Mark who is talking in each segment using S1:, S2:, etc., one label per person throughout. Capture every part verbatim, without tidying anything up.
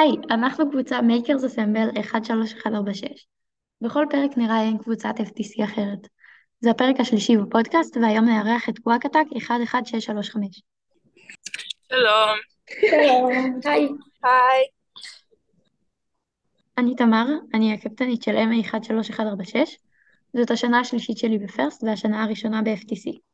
S1: היי, אנחנו קבוצה מייקרס אסמבל אחת שלוש אחת ארבע שש. בכל פרק נראיין קבוצת אף טי סי אחרת. זה הפרק השלישי בפודקאסט, והיום נארח את קוואקטק אחת אחת שש שלוש חמש.
S2: שלום.
S1: שלום, היי.
S2: היי.
S1: אני תמר, אני הקפטנית של אם איי אחת שלוש אחת ארבע שש. זאת השנה השלישית שלי בפרסט והשנה הראשונה ב-אף טי סי.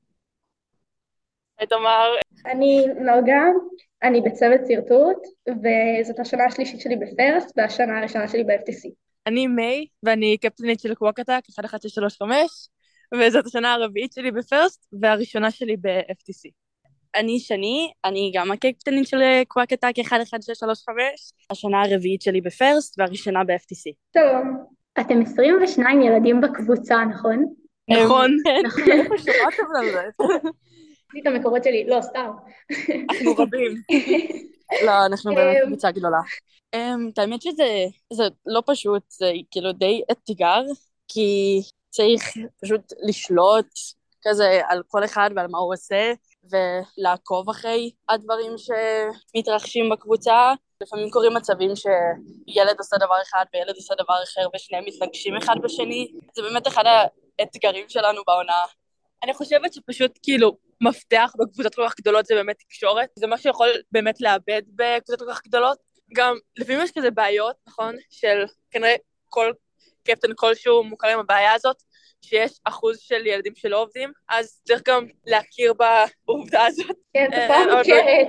S2: היי תמר.
S3: אני נוגה, אני בצוות שרטוט, וזאת השנה השלישית שלי בפרסט, והשנה הראשונה שלי ב-אף טי סי.
S2: אני מיי, ואני קפטנית של קוואקטק אחת אחת שש שלוש חמש, וזאת השנה הרביעית שלי בפרסט, והראשונה שלי ב-אף טי סי. אני שני, אני גם הקפטנית של קוואקטק אחת אחת שש שלוש חמש, השנה הרביעית שלי בפרסט, והראשונה ב-אף טי סי.
S3: שלום.
S1: אתם עשרים ושניים ילדים בקבוצה, נכון?
S2: נכון.
S1: נכון.
S2: איפה שמעתם על זה?
S1: את המקורות שלי, לא, סתם.
S2: אנחנו רבים. לא, אנחנו באמת קבוצה גדולה. את האמת שזה זה לא פשוט, זה כאילו די אתגר, כי צריך פשוט לשלוט כזה על כל אחד ועל מה הוא עושה, ולעקוב אחרי הדברים שמתרחשים בקבוצה. לפעמים קורים מצבים שילד עושה דבר אחד וילד עושה דבר אחר ושניהם מתנגשים אחד בשני. זה באמת אחד האתגרים שלנו בעונה. אני חושבת שפשוט כאילו מפתח בקבוצות כל כך גדולות זה באמת תקשורת, זה מה שיכול באמת לאבד בקבוצות כל כך גדולות. גם לפעמים יש כזה בעיות, נכון, של כנראה כל קפטן כלשהו מוכר עם הבעיה הזאת, שיש אחוז של ילדים שלא עובדים, אז צריך גם להכיר בעובדה הזאת.
S3: כן, תופעה מוכרת.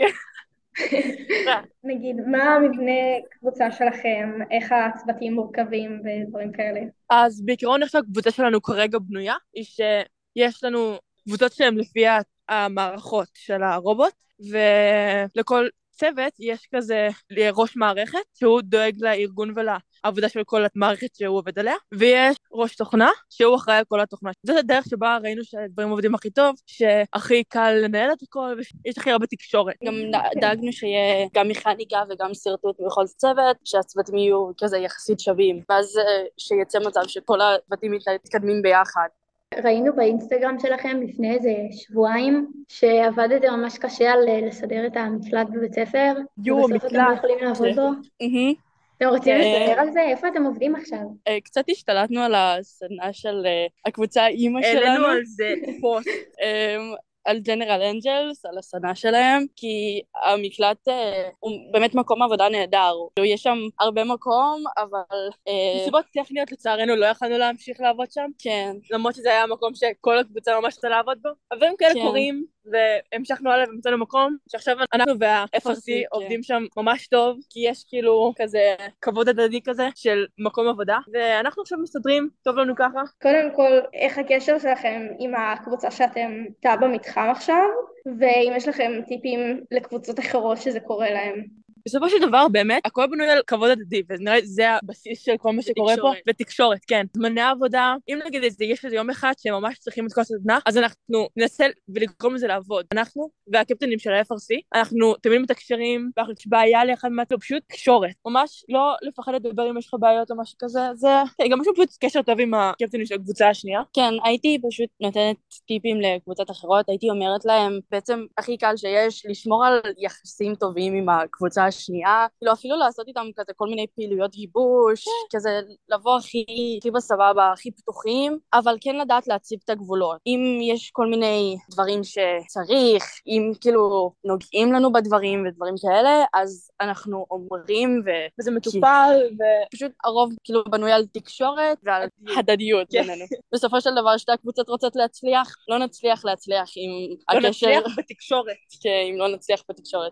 S3: נגיד, מה המבנה קבוצה שלכם, איך הצוותים מורכבים ודברים כאלה?
S2: אז בעיקרון איך שהקבוצה שלנו כרגע בנויה, היא שיש לנו קבוצות שהן לפי המערכות של הרובוט, ולכל צוות יש כזה ראש מערכת שהוא דואג לארגון ולעבודה של כל המערכת שהוא עובד עליה, ויש ראש תוכנה שהוא אחראי על כל התוכנה. זאת הדרך שבה ראינו שהדברים עובדים הכי טוב, שהכי קל לנהל את הכל ויש הכי הרבה תקשורת. גם דאגנו שיהיה גם מכניקה וגם שרטוט בכל צוות, שהצוותים יהיו כזה יחסית שווים, ואז שיצא מצב שכל הצוותים מתקדמים ביחד.
S1: ראינו באינסטגרם שלכם לפני איזה שבועיים שעבדתם ממש קשה על לסדר את המקלט בבית ספר, ובסוף אתם לא יכולים לעבוד בו. אתם רוצים לספר על זה? איפה אתם עובדים עכשיו?
S2: קצת השתלטנו על הסדנה של הקבוצה אימא שלנו. העלינו על זה פוסט. על ג'נרל אנג'לס, על הסדנה שלהם, כי המקלט הוא באמת מקום עבודה נהדר. יש שם הרבה מקום, אבל מסיבות טכניות לצערנו לא יכולנו להמשיך לעבוד שם. כן. למרות שזה היה מקום שכל הקבוצה ממש רוצה לעבוד בו. אבל הם כאלה קוראים, והמשכנו עליו ומצאנו מקום, שעכשיו אנחנו וה-אף אר סי עובדים שם ממש טוב, כי יש כאילו כזה כבוד הדדי כזה של מקום עבודה, ואנחנו עכשיו מסתדרים, טוב לנו ככה.
S3: קודם כל, איך הקשר שלכם עם הקבוצה שאתם תא במתחם עכשיו, ואם יש לכם טיפים לקבוצות אחרות שזה קורה להם?
S2: בסופו של דבר, באמת, הכל בנוי על כבוד הדדי, ונראה לי זה הבסיס של כל מה שקורה פה, ותקשורת, כן. זמני העבודה, אם נגיד איזה, יש איזה יום אחד שהם ממש צריכים את כל הסדנה, אז אנחנו ננסה ולגרום לזה לעבוד. אנחנו והקפטנים של ה-אף אר סי, אנחנו תמיד מתקשרים, ואנחנו יש בעיה לאחד מהטוב, פשוט תקשורת. ממש לא לפחד לדבר אם יש לך בעיות או משהו כזה, זה גם משהו פשוט קשר טוב עם הקפטנים של הקבוצה השנייה. כן, הייתי פשוט נותנת טיפים לקבוצות אחרות, הייתי אומרת להם, בעצם הכי קל שיש, לשמור על יחסים טובים עם הקבוצה השנייה, כאילו אפילו לעשות איתם כזה כל מיני פעילויות גיבוש, כזה לבוא הכי, הכי בסבבה, הכי פתוחים, אבל כן לדעת להציב את הגבולות. אם יש כל מיני דברים שצריך, אם כאילו נוגעים לנו בדברים ודברים כאלה, אז אנחנו אומרים ו... וזה מטופל, ופשוט הרוב כאילו בנוי על תקשורת ועל הדדיות בינינו. בסופו של דבר שתי הקבוצות רוצות להצליח, לא נצליח להצליח עם הקשר... לא נצליח בתקשורת. כן, אם לא נצליח בתקשורת.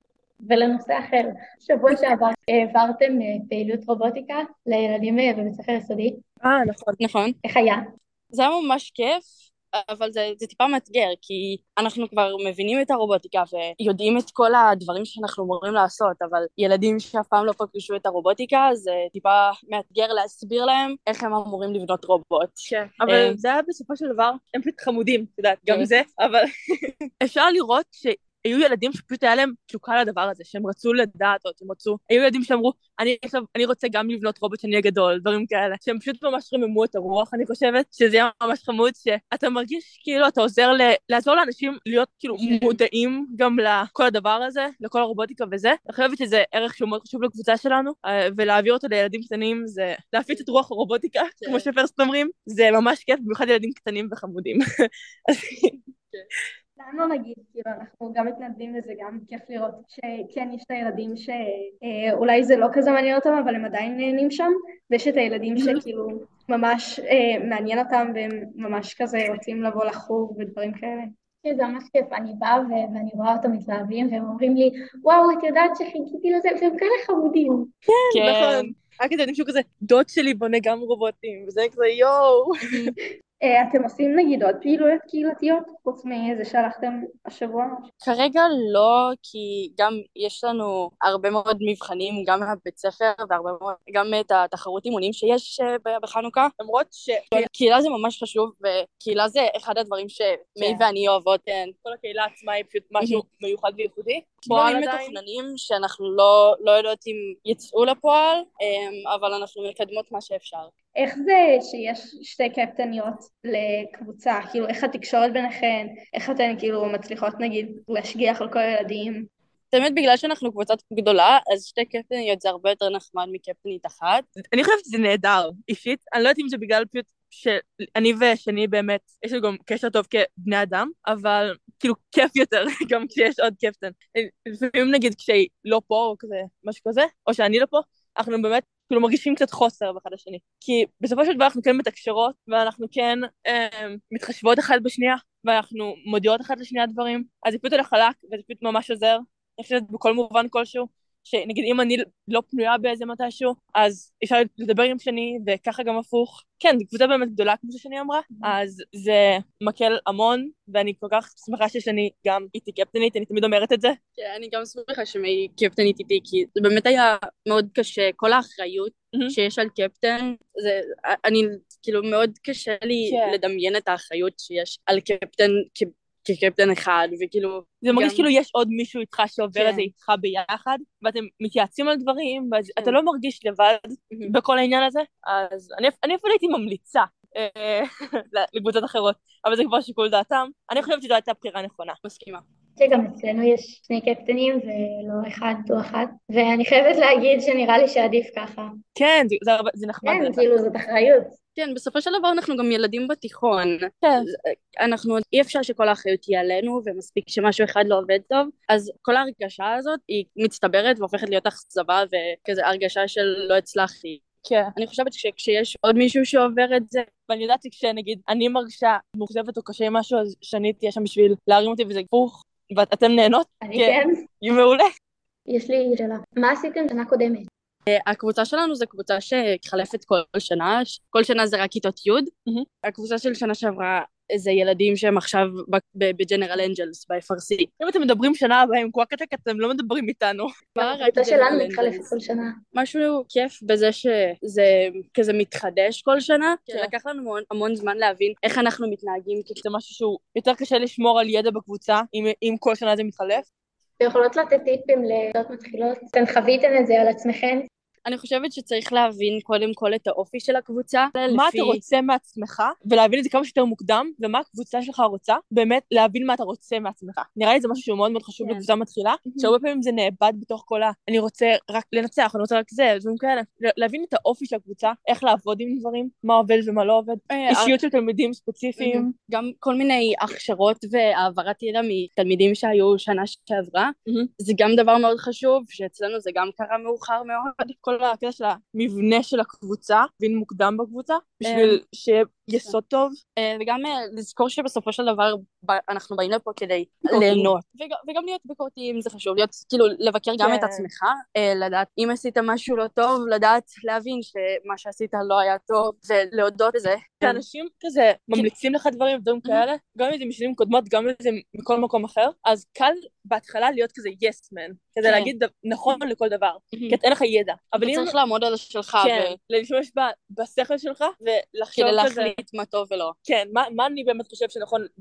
S1: ולנושא אחר, שבוע שעבר העברתם פעילות רובוטיקה לילדים בבית ספר יסודי.
S2: אה, נכון. נכון.
S1: איך היה?
S2: זה היה ממש כיף, אבל זה, זה טיפה מאתגר, כי אנחנו כבר מבינים את הרובוטיקה ויודעים את כל הדברים שאנחנו אמורים לעשות, אבל ילדים שאף פעם לא פגשו את הרובוטיקה, זה טיפה מאתגר להסביר להם איך הם אמורים לבנות רובוט. כן, אבל זה היה בסופו של דבר, הם פשוט חמודים, את יודעת, גם זה, אבל אפשר לראות ש... היו ילדים שפשוט היה להם תשוקה לדבר הזה, שהם רצו לדעת, או שהם רצו, היו ילדים שאמרו, אני, אני רוצה גם לבנות רובוט שאני אהיה גדול, דברים כאלה, שהם פשוט ממש רממו את הרוח, אני חושבת, שזה יהיה ממש חמוד, שאתה מרגיש כאילו אתה עוזר ל, לעזור לאנשים להיות כאילו מודעים גם לכל הדבר הזה, לכל הרובוטיקה וזה. אני חושבת שזה ערך שהוא מאוד חשוב לקבוצה שלנו, ולהעביר אותו לילדים קטנים, זה להפיץ את רוח הרובוטיקה, כמו שפרסט אומרים, זה ממש כיף, במיוחד ילדים קטנים וחמודים.
S3: לנו נגיד, כאילו, אנחנו גם מתנדבים וזה גם כיף לראות שכן יש את הילדים שאולי זה לא כזה מעניין אותם, אבל הם עדיין נהנים שם, ויש את הילדים שכאילו ממש מעניין אותם והם ממש כזה רוצים לבוא לחוג ודברים כאלה.
S1: זה ממש כיף, אני באה ואני רואה אותם מתלהבים והם אומרים לי, וואו, את יודעת שחיכיתי לזה, והם כאלה חמודים.
S2: כן, נכון. רק את יודעים שהוא כזה, דוד שלי בונה גם רובוטים, וזה כזה יואו.
S3: אתם עושים נגיד עוד פעילויות קהילתיות, חוץ מאיזה שהלכתם השבוע?
S4: כרגע לא, כי גם יש לנו הרבה מאוד מבחנים, גם מהבית ספר, והרבה מאוד, גם את התחרות אימונים שיש בחנוכה, למרות שקהילה זה ממש חשוב, וקהילה זה אחד הדברים שמי ואני אוהבות.
S2: כל הקהילה עצמה היא פשוט משהו מיוחד וייחודי.
S4: דברים מתוכננים שאנחנו לא, לא יודעות אם יצאו לפועל, אבל אנחנו מקדמות מה שאפשר.
S3: איך זה שיש שתי קפטניות לקבוצה? כאילו, איך התקשורת ביניכן? איך אתן כאילו מצליחות נגיד להשגיח על כל הילדים?
S4: באמת בגלל שאנחנו קבוצת גדולה, אז שתי קפטניות זה הרבה יותר נחמד מקפטנית אחת.
S2: אני חושבת שזה נהדר, אישית. אני לא יודעת אם זה בגלל פשוט שאני ושני באמת, יש לנו גם קשר טוב כבני אדם, אבל כאילו כיף יותר גם כשיש עוד קפטן. לפעמים נגיד כשהיא לא פה או כזה, משהו כזה, או שאני לא פה, אנחנו באמת כאילו מרגישים קצת חוסר באחד השני. כי בסופו של דבר אנחנו כן מתקשרות, ואנחנו כן אה, מתחשבות אחד בשנייה, ואנחנו מודיעות אחד לשנייה דברים, אז זה פשוט על החלק, וזה פשוט ממש עוזר. אני חושבת בכל מובן כלשהו, שנגיד אם אני לא פנויה באיזה מתישהו, אז אפשר לדבר עם שני, וככה גם הפוך. כן, זו קבוצה באמת גדולה כמו ששני אמרה, אז זה מקל המון, ואני כל כך שמחה ששני גם איתי קפטנית, אני תמיד אומרת את זה.
S4: כן, אני גם שמחה שמי קפטנית איתי, כי זה באמת היה מאוד קשה, כל האחריות שיש על קפטן, זה, אני כאילו מאוד קשה לי לדמיין את האחריות שיש על קפטן כקפטן אחד, וכאילו...
S2: זה מרגיש כאילו יש עוד מישהו איתך שעובר את זה איתך ביחד, ואתם מתייעצים על דברים, ואתה לא מרגיש לבד בכל העניין הזה, אז אני אפילו הייתי ממליצה לקבוצות אחרות, אבל זה כבר שיקול דעתם. אני חושבת שזו הייתה בחירה נכונה.
S4: מסכימה.
S1: שגם אצלנו יש שני קפטנים ולא אחד או אחת, ואני חייבת להגיד שנראה לי שעדיף ככה.
S2: כן, זה נחמד.
S1: כן, כאילו זאת אחריות.
S4: כן, בסופו של דבר אנחנו גם ילדים בתיכון. כן. אנחנו, אי אפשר שכל האחריות תהיה עלינו, ומספיק שמשהו אחד לא עובד טוב, אז כל ההרגשה הזאת היא מצטברת והופכת להיות אכזבה, וכזה הרגשה של לא הצלחתי.
S2: כן.
S4: אני חושבת שכשיש עוד מישהו שעובר את זה,
S2: ואני יודעת שכשנגיד אני מרגישה מוכזבת או קשה עם משהו, אז שאני תהיה שם בשביל להרים אותי וזה גפוך, ואתם נהנות?
S1: אני כן.
S2: היא מעולה.
S1: יש לי שאלה. מה עשיתם שנה קודמת?
S4: הקבוצה שלנו זה קבוצה שחלפת כל שנה, כל שנה זה רק כיתות י'. הקבוצה של שנה שעברה זה ילדים שהם עכשיו בג'נרל אנג'לס, ב-אף אר סי.
S2: אם אתם מדברים שנה הבאה עם קוואקטק, אתם לא מדברים איתנו.
S1: הקבוצה שלנו מתחלפת כל שנה.
S4: משהו כיף בזה שזה כזה מתחדש כל שנה, שלקח לנו המון זמן להבין איך אנחנו מתנהגים, כי
S2: זה משהו שהוא יותר קשה לשמור על ידע בקבוצה, אם כל שנה זה מתחלף.
S1: אתם יכולות לתת טיפים לקבוצות מתחילות? אתם חוויתם את זה על עצמכם?
S4: אני חושבת שצריך להבין קודם כל את האופי של הקבוצה.
S2: מה אתה רוצה מעצמך, ולהבין את זה כמה שיותר מוקדם, ומה הקבוצה שלך רוצה, באמת להבין מה אתה רוצה מעצמך. נראה לי זה משהו שהוא מאוד מאוד חשוב לקבוצה מתחילה, שהרבה פעמים זה נאבד בתוך כל ה... אני רוצה רק לנצח, אני רוצה רק זה, דברים כאלה. להבין את האופי של הקבוצה, איך לעבוד עם דברים, מה עובד ומה לא עובד, אישיות של תלמידים ספציפיים.
S4: גם כל מיני הכשרות והעברת ידע מתלמידים שהיו שנה שעברה, זה גם דבר מאוד חשוב, שאצלנו זה גם קרה מאוחר מאוד.
S2: כל הקטע של המבנה של הקבוצה, בין מוקדם בקבוצה, בשביל שיהיה יסוד טוב,
S4: וגם לזכור שבסופו של דבר אנחנו באים לפה כדי ליהנות, וגם להיות ביקורתיים זה חשוב, להיות כאילו לבקר גם את עצמך, לדעת אם עשית משהו לא טוב, לדעת להבין שמה שעשית לא היה טוב, ולהודות לזה.
S2: כשאנשים כזה ממליצים לך דברים ודברים כאלה, גם אם זה משנים קודמות, גם אם זה מכל מקום אחר, אז קל בהתחלה להיות כזה yes man, כזה להגיד נכון לכל דבר, כי אין לך ידע.
S4: אבל צריך לעמוד על שלך,
S2: ולהשתמש בשכל שלך, ולחשוב
S4: כדי להחליט מה טוב ולא.
S2: כן, מה אני באמת חושב שנכון ולא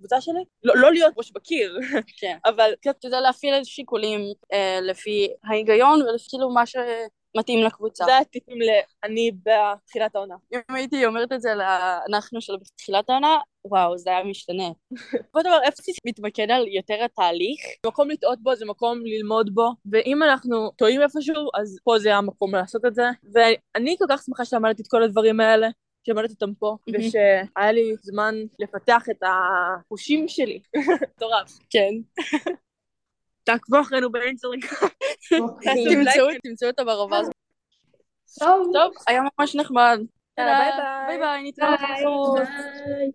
S2: בקבוצה שלי, לא, לא להיות ראש בקיר,
S4: כן.
S2: אבל
S4: אתה יודע להפעיל שיקולים אה, לפי ההיגיון ולפי כאילו מה שמתאים לקבוצה.
S2: זה הטיפים לאני בתחילת העונה.
S4: אם הייתי אומרת את זה לאנחנו של בתחילת העונה, וואו, זה היה משתנה.
S2: כל דבר, אף סי מתמקד על יותר התהליך, מקום לטעות בו זה מקום ללמוד בו, ואם אנחנו טועים איפשהו, אז פה זה המקום לעשות את זה, ואני כל כך שמחה שלמדתי את כל הדברים האלה, שלמדתי אותם פה, ושהיה לי זמן לפתח את החושים שלי. מטורף.
S4: כן.
S2: תעקבו אחרינו באינסטגרם.
S4: תמצאו אותה ברווז.
S3: טוב.
S4: טוב, היה ממש נחמד.
S2: ביי ביי.
S4: ביי ביי, נתראה.